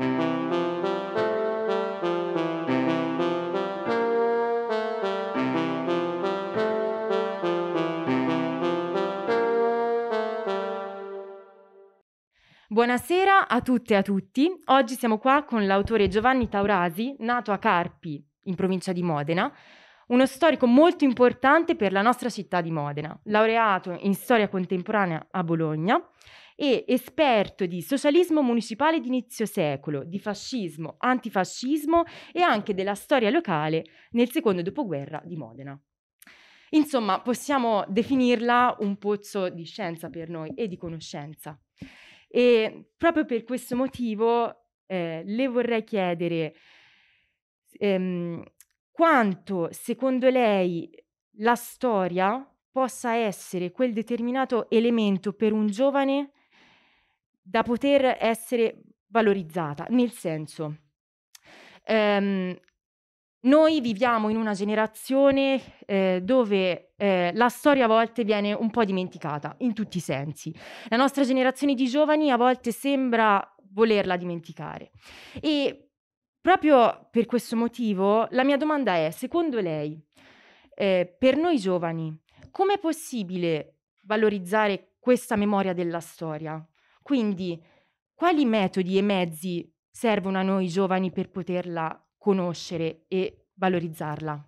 Buonasera a tutte e a tutti. Oggi siamo qua con l'autore Giovanni Taurasi, nato a Carpi, in provincia di Modena, uno storico molto importante per la nostra città di Modena, laureato in storia contemporanea a Bologna e esperto di socialismo municipale di inizio secolo, di fascismo, antifascismo e anche della storia locale nel secondo dopoguerra di Modena. Insomma, possiamo definirla un pozzo di scienza per noi e di conoscenza. E proprio per questo motivo le vorrei chiedere ehm, quanto secondo lei la storia possa essere quel determinato elemento per un giovane da poter essere valorizzata, nel senso, ehm, noi viviamo in una generazione dove la storia a volte viene un po' dimenticata, in tutti i sensi. La nostra generazione di giovani a volte sembra volerla dimenticare. E proprio per questo motivo la mia domanda è, secondo lei, per noi giovani, com'è possibile valorizzare questa memoria della storia? Quindi, quali metodi e mezzi servono a noi giovani per poterla conoscere e valorizzarla?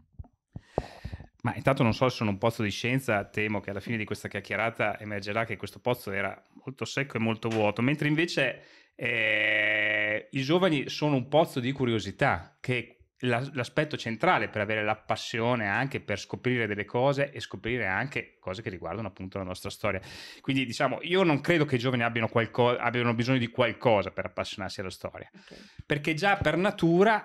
Ma intanto non so se sono un pozzo di scienza, temo che alla fine di questa chiacchierata emergerà che questo pozzo era molto secco e molto vuoto, mentre invece i giovani sono un pozzo di curiosità, che è l'aspetto centrale per avere la passione anche per scoprire delle cose e scoprire anche cose che riguardano appunto la nostra storia. Quindi diciamo, io non credo che i giovani abbiano bisogno di qualcosa per appassionarsi alla storia, Okay. perché già per natura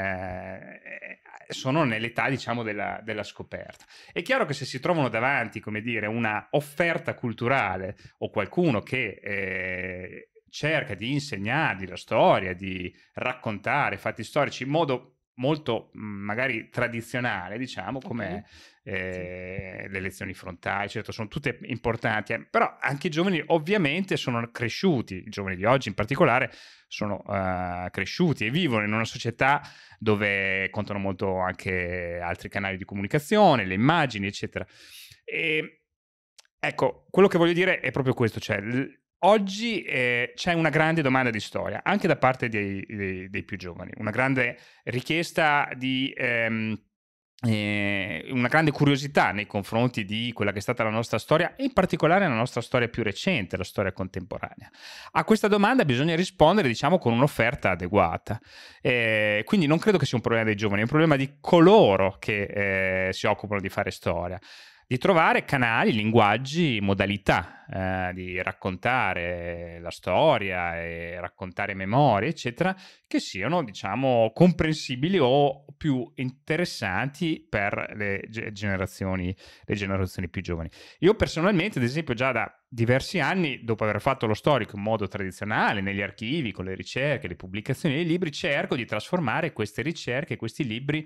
sono nell'età, diciamo, della scoperta. È chiaro che se si trovano davanti, come dire, una offerta culturale o qualcuno che cerca di insegnargli la storia, di raccontare fatti storici in modo molto magari tradizionale, diciamo, come Okay. Sì. le lezioni frontali, certo, sono tutte importanti, però anche i giovani ovviamente sono cresciuti, i giovani di oggi in particolare sono cresciuti e vivono in una società dove contano molto anche altri canali di comunicazione, le immagini, eccetera. E, ecco, quello che voglio dire è proprio questo, cioè oggi c'è una grande domanda di storia, anche da parte dei più giovani, una grande richiesta di una grande curiosità nei confronti di quella che è stata la nostra storia e in particolare la nostra storia più recente, la storia contemporanea. A questa domanda bisogna rispondere, diciamo, con un'offerta adeguata. Quindi non credo che sia un problema dei giovani, è un problema di coloro che si occupano di fare storia, di trovare canali, linguaggi, modalità di raccontare la storia e raccontare memorie, eccetera, che siano, diciamo, comprensibili o più interessanti per le generazioni più giovani. Io personalmente, ad esempio, già da diversi anni, dopo aver fatto lo storico in modo tradizionale, negli archivi, con le ricerche, le pubblicazioni dei libri, cerco di trasformare queste ricerche, questi libri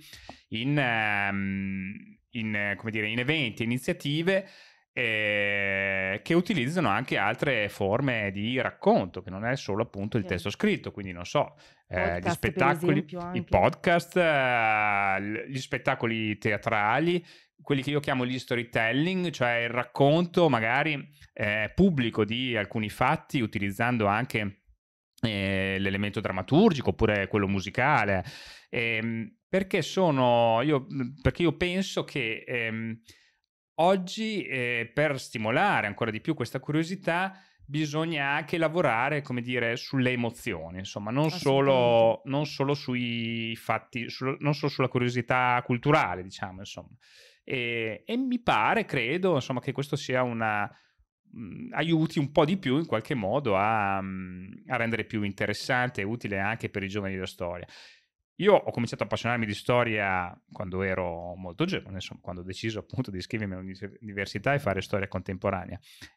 come dire, in eventi, iniziative che utilizzano anche altre forme di racconto, che non è solo appunto il Okay. testo scritto, quindi non so, gli Podcast per spettacoli, esempio i anche. podcast, gli spettacoli teatrali, quelli che io chiamo gli storytelling, cioè il racconto magari pubblico di alcuni fatti utilizzando anche l'elemento drammaturgico oppure quello musicale. Perché io penso che oggi per stimolare ancora di più questa curiosità bisogna anche lavorare, come dire, sulle emozioni, insomma, Assolutamente. non solo sui fatti, non solo sulla curiosità culturale, diciamo, insomma. E mi pare, credo, insomma, che questo sia aiuti un po' di più in qualche modo a rendere più interessante e utile anche per i giovani la storia. Io ho cominciato a appassionarmi di storia quando ero molto giovane, insomma, quando ho deciso appunto di iscrivermi all'università e fare storia contemporanea.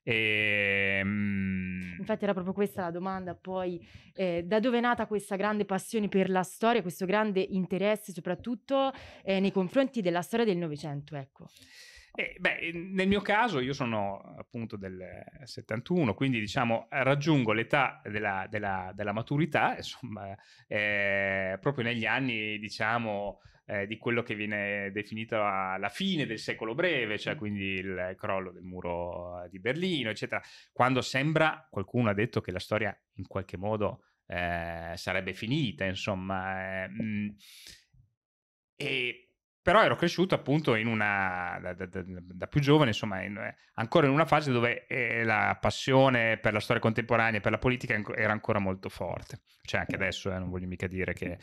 Infatti era proprio questa la domanda poi, da dove è nata questa grande passione per la storia, questo grande interesse soprattutto, nei confronti della storia del Novecento, ecco. Nel mio caso io sono appunto del 71, quindi diciamo raggiungo l'età della maturità, insomma, proprio negli anni, diciamo, di quello che viene definito la fine del secolo breve, cioè quindi il crollo del muro di Berlino, eccetera, quando sembra, qualcuno ha detto che la storia in qualche modo sarebbe finita, insomma. Però ero cresciuto appunto da più giovane, insomma, ancora in una fase dove la passione per la storia contemporanea e per la politica era ancora molto forte. Cioè anche adesso, non voglio mica dire che...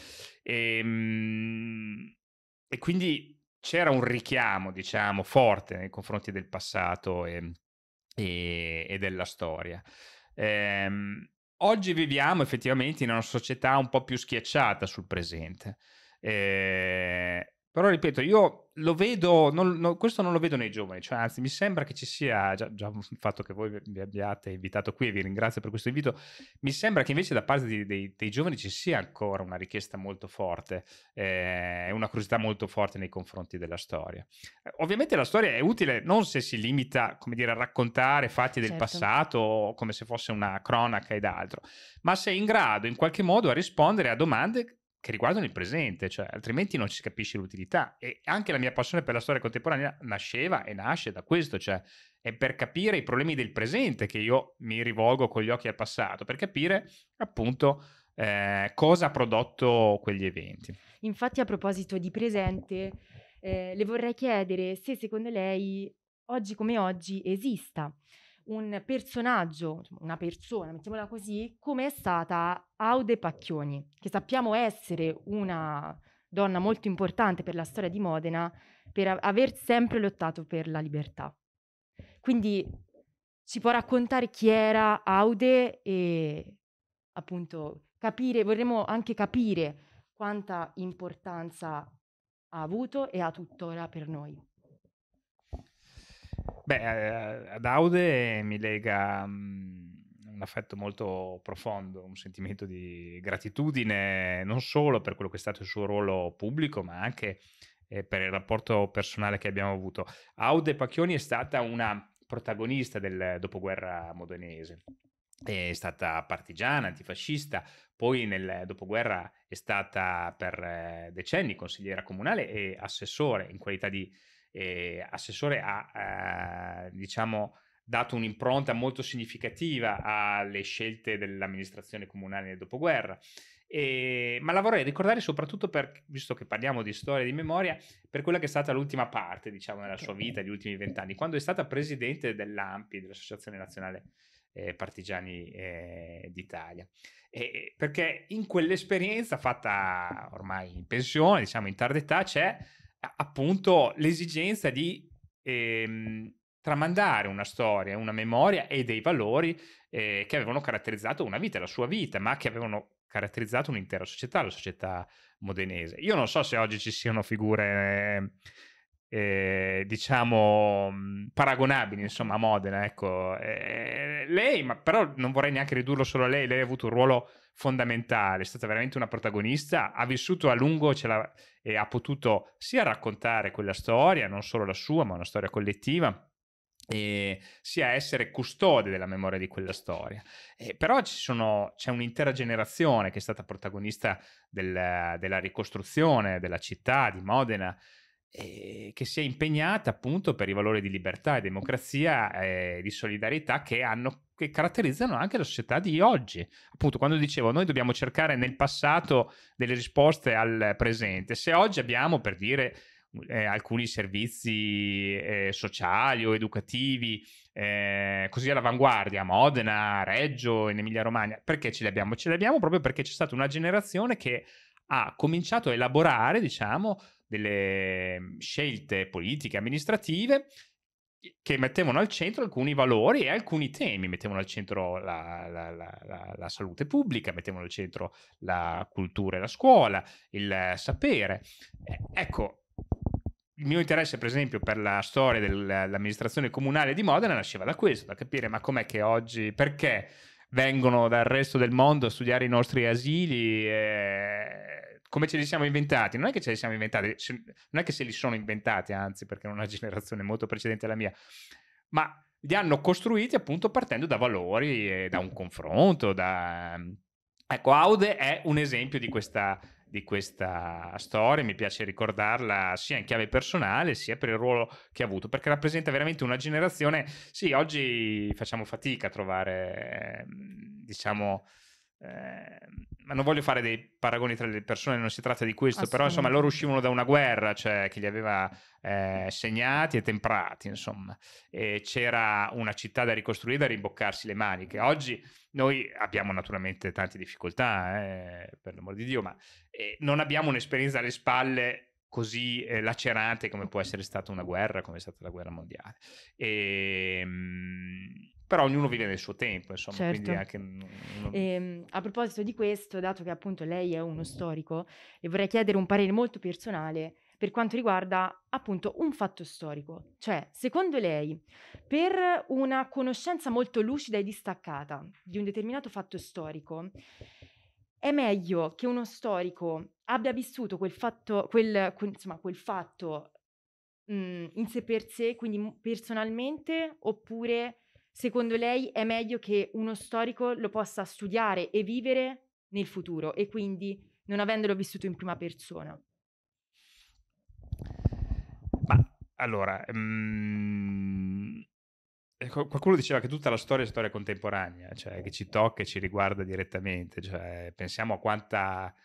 E quindi c'era un richiamo, diciamo, forte nei confronti del passato e della storia. Oggi viviamo effettivamente in una società un po' più schiacciata sul presente. Però ripeto, io lo vedo, questo non lo vedo nei giovani, cioè anzi mi sembra che ci sia, già il fatto che voi mi abbiate invitato qui e vi ringrazio per questo invito, mi sembra che invece da parte dei giovani ci sia ancora una richiesta molto forte, una curiosità molto forte nei confronti della storia. Ovviamente la storia è utile non se si limita, come dire, a raccontare fatti del passato come se fosse una cronaca ed altro, ma se è in grado in qualche modo a rispondere a domande che riguardano il presente, cioè altrimenti non si capisce l'utilità. E anche la mia passione per la storia contemporanea nasceva e nasce da questo, cioè è per capire i problemi del presente che io mi rivolgo con gli occhi al passato, per capire appunto cosa ha prodotto quegli eventi. Infatti, a proposito di presente, le vorrei chiedere se secondo lei, oggi come oggi, esista un personaggio, una persona, mettiamola così, come è stata Aude Pacchioni, che sappiamo essere una donna molto importante per la storia di Modena, per aver sempre lottato per la libertà. Quindi ci può raccontare chi era Aude e appunto vorremmo anche capire quanta importanza ha avuto e ha tuttora per noi. Ad Aude mi lega un affetto molto profondo, un sentimento di gratitudine non solo per quello che è stato il suo ruolo pubblico, ma anche per il rapporto personale che abbiamo avuto. Aude Pacchioni è stata una protagonista del dopoguerra modenese. È stata partigiana, antifascista, poi nel dopoguerra è stata per decenni consigliera comunale e assessore. In qualità di assessore ha diciamo dato un'impronta molto significativa alle scelte dell'amministrazione comunale nel dopoguerra. Ma la vorrei ricordare soprattutto visto che parliamo di storia e di memoria, per quella che è stata l'ultima parte, diciamo, nella sua vita, gli ultimi 20 anni, quando è stata presidente dell'ANPI, dell'Associazione Nazionale Partigiani d'Italia. Perché in quell'esperienza fatta ormai in pensione, diciamo in tarda età, c'è appunto l'esigenza di tramandare una storia, una memoria e dei valori che avevano caratterizzato una vita, la sua vita, ma che avevano caratterizzato un'intera società, la società modenese. Io non so se oggi ci siano figure diciamo paragonabili, insomma, a Modena, ecco. Lei, ma però non vorrei neanche ridurlo solo a lei ha avuto un ruolo fondamentale, è stata veramente una protagonista, ha vissuto a lungo e ha potuto sia raccontare quella storia, non solo la sua, ma una storia collettiva, e sia essere custode della memoria di quella storia. Però c'è un'intera generazione che è stata protagonista della ricostruzione della città di Modena, che si è impegnata appunto per i valori di libertà e democrazia e di solidarietà che caratterizzano anche la società di oggi. Appunto, quando dicevo noi dobbiamo cercare nel passato delle risposte al presente, se oggi abbiamo, per dire, alcuni servizi sociali o educativi così all'avanguardia a Modena, Reggio, in Emilia Romagna, perché ce li abbiamo? Ce li abbiamo proprio perché c'è stata una generazione che ha cominciato a elaborare, diciamo, delle scelte politiche, amministrative che mettevano al centro alcuni valori e alcuni temi, mettevano al centro la salute pubblica, mettevano al centro la cultura e la scuola, il sapere. Ecco, il mio interesse, per esempio, per la storia dell'amministrazione comunale di Modena nasceva da questo, da capire ma com'è che oggi, perché vengono dal resto del mondo a studiare i nostri asili, come ce li siamo inventati. Non è che ce li siamo inventati, non è che se li sono inventati, anzi, perché è una generazione molto precedente alla mia, ma li hanno costruiti appunto partendo da valori e da un confronto. Ecco, Aude è un esempio di questa storia. Mi piace ricordarla sia in chiave personale sia per il ruolo che ha avuto, perché rappresenta veramente una generazione. Sì, oggi facciamo fatica a trovare, diciamo, ma non voglio fare dei paragoni tra le persone, non si tratta di questo, però insomma loro uscivano da una guerra, cioè, che li aveva segnati e temprati, insomma, e c'era una città da ricostruire, da rimboccarsi le maniche. Oggi noi abbiamo naturalmente tante difficoltà, per l'amor di Dio, ma non abbiamo un'esperienza alle spalle così lacerante come può essere stata una guerra, come è stata la guerra mondiale. Però ognuno vive nel suo tempo, insomma, Certo. quindi anche... A proposito di questo, dato che appunto lei è uno storico, le vorrei chiedere un parere molto personale per quanto riguarda appunto un fatto storico. Cioè, secondo lei, per una conoscenza molto lucida e distaccata di un determinato fatto storico, è meglio che uno storico abbia vissuto quel fatto, insomma, quel fatto in sé per sé, quindi personalmente, oppure secondo lei è meglio che uno storico lo possa studiare e vivere nel futuro e quindi non avendolo vissuto in prima persona? Ma allora, qualcuno diceva che tutta la storia è storia contemporanea, cioè che ci tocca e ci riguarda direttamente, cioè pensiamo a quanta,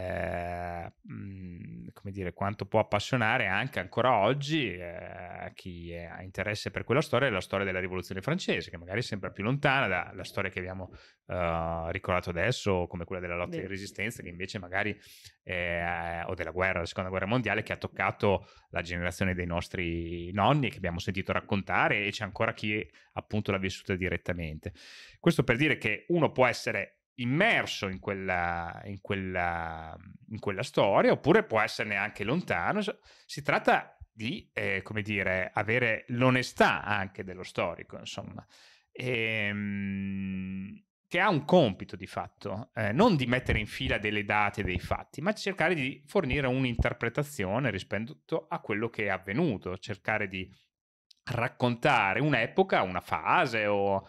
come dire, quanto può appassionare anche ancora oggi chi ha interesse per quella storia, la storia della rivoluzione francese, che magari sembra più lontana dalla storia che abbiamo ricordato adesso, come quella della lotta di resistenza, che invece magari o della guerra, la seconda guerra mondiale, che ha toccato la generazione dei nostri nonni, che abbiamo sentito raccontare, e c'è ancora chi appunto l'ha vissuta direttamente. Questo per dire che uno può essere immerso in quella storia, oppure può esserne anche lontano. Si tratta di, come dire, avere l'onestà anche dello storico, insomma, che ha un compito di fatto, non di mettere in fila delle date e dei fatti, ma cercare di fornire un'interpretazione rispetto a quello che è avvenuto, cercare di raccontare un'epoca, una fase o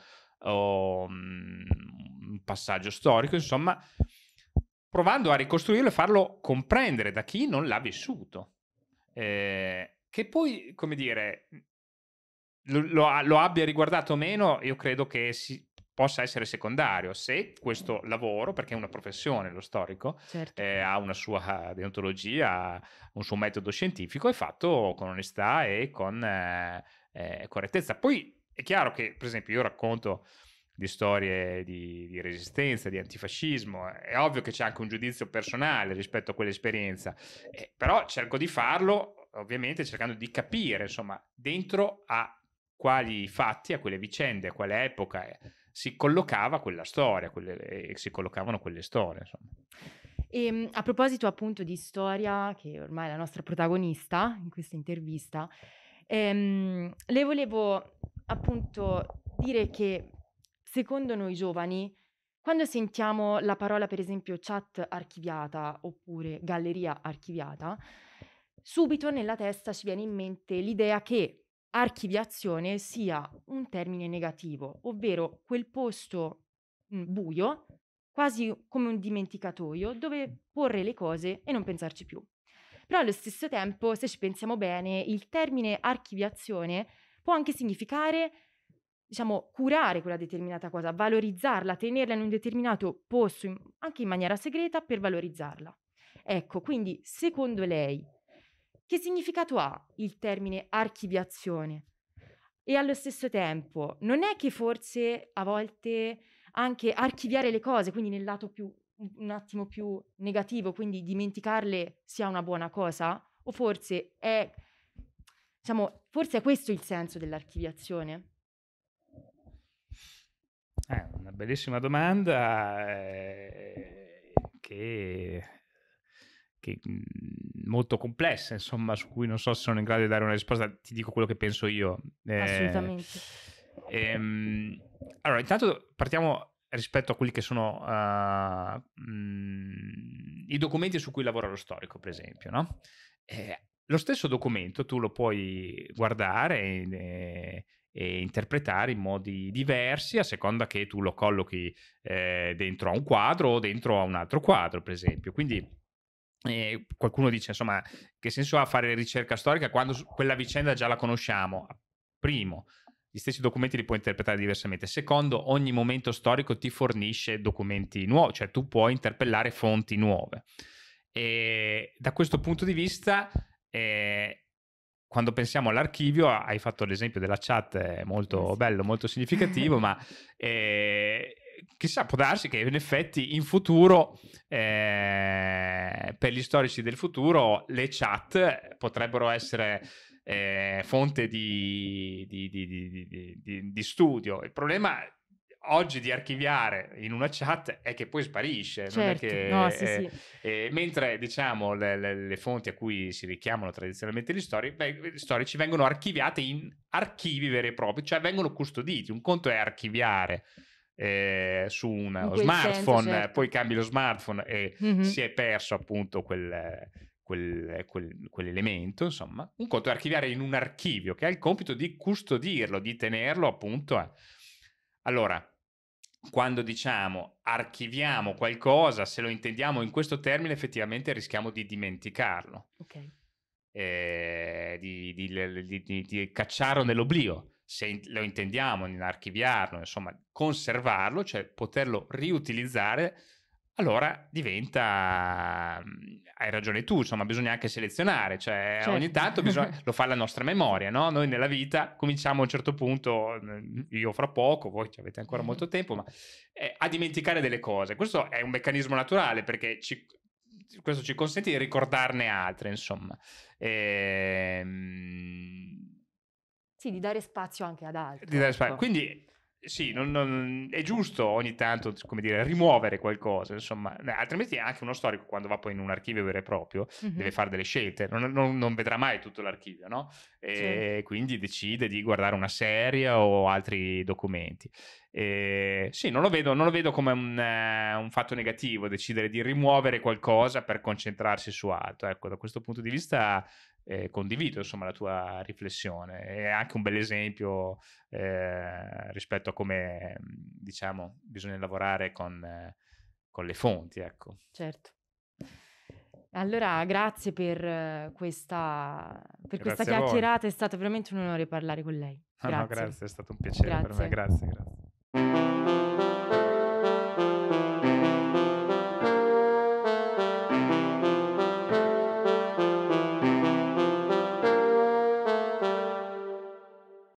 un passaggio storico, insomma, provando a ricostruirlo e farlo comprendere da chi non l'ha vissuto. Che poi, come dire, lo abbia riguardato o meno, io credo che possa essere secondario se questo lavoro, perché è una professione lo storico, Certo. ha una sua deontologia, un suo metodo scientifico, è fatto con onestà e con correttezza. Poi è chiaro che, per esempio, io racconto di storie di resistenza, di antifascismo, è ovvio che c'è anche un giudizio personale rispetto a quell'esperienza, però cerco di farlo ovviamente cercando di capire, insomma, dentro a quali fatti, a quelle vicende, a quale epoca si collocava quella storia, si collocavano quelle storie, insomma. A proposito appunto di storia, che ormai è la nostra protagonista in questa intervista, le volevo appunto dire che secondo noi giovani, quando sentiamo la parola per esempio chat archiviata oppure galleria archiviata, subito nella testa ci viene in mente l'idea che archiviazione sia un termine negativo, ovvero quel posto buio, quasi come un dimenticatoio, dove porre le cose e non pensarci più. Però allo stesso tempo, se ci pensiamo bene, il termine archiviazione può anche significare, diciamo, curare quella determinata cosa, valorizzarla, tenerla in un determinato posto, anche in maniera segreta, per valorizzarla. Ecco, quindi, secondo lei, che significato ha il termine archiviazione? E allo stesso tempo, non è che forse a volte anche archiviare le cose, quindi nel lato più un attimo più negativo, quindi dimenticarle sia una buona cosa? O forse è, diciamo, forse è questo il senso dell'archiviazione? Una bellissima domanda molto complessa, insomma, su cui non so se sono in grado di dare una risposta. Ti dico quello che penso io. Assolutamente. Allora, intanto partiamo rispetto a quelli che sono i documenti su cui lavora lo storico, per esempio, no? Lo stesso documento tu lo puoi guardare e interpretare in modi diversi a seconda che tu lo collochi dentro a un quadro o dentro a un altro quadro, per esempio. Quindi qualcuno dice, insomma, che senso ha fare ricerca storica quando quella vicenda già la conosciamo? Primo, gli stessi documenti li puoi interpretare diversamente. Secondo, ogni momento storico ti fornisce documenti nuovi, cioè tu puoi interpellare fonti nuove. E da questo punto di vista, quando pensiamo all'archivio, hai fatto l'esempio della chat, molto bello, molto significativo, ma chissà, può darsi che in effetti in futuro, per gli storici del futuro, le chat potrebbero essere fonte di studio. Il problema oggi di archiviare in una chat è che poi sparisce, non è Certo, che, no, sì. mentre diciamo le fonti a cui si richiamano tradizionalmente gli storici vengono archiviate in archivi veri e propri, cioè vengono custoditi. Un conto è archiviare su uno smartphone, senso, certo. poi cambi lo smartphone e si è perso appunto quell'elemento, insomma. Un conto è archiviare in un archivio che ha il compito di custodirlo, di tenerlo appunto. Allora, quando diciamo archiviamo qualcosa, se lo intendiamo in questo termine, effettivamente rischiamo di dimenticarlo, di cacciarlo nell'oblio. Se lo intendiamo in archiviarlo, insomma, conservarlo, cioè poterlo riutilizzare, allora diventa, hai ragione tu, insomma, bisogna anche selezionare, cioè certo. Ogni tanto lo fa la nostra memoria, no? Noi nella vita cominciamo a un certo punto, io fra poco, voi avete ancora molto tempo, ma a dimenticare delle cose. Questo è un meccanismo naturale perché questo ci consente di ricordarne altre, insomma. Sì, di dare spazio anche ad altro. Ecco. Quindi sì, è giusto ogni tanto, come dire, rimuovere qualcosa, insomma, altrimenti anche uno storico quando va poi in un archivio vero e proprio deve fare delle scelte, non vedrà mai tutto l'archivio, no? E quindi decide di guardare una serie o altri documenti. Sì, non lo vedo come un fatto negativo decidere di rimuovere qualcosa per concentrarsi su altro. Ecco, da questo punto di vista condivido insomma la tua riflessione, è anche un bel esempio rispetto a come diciamo bisogna lavorare con le fonti, ecco. Certo. Allora grazie per questa chiacchierata, è stato veramente un onore parlare con lei. Grazie. No, grazie, è stato un piacere per me, grazie.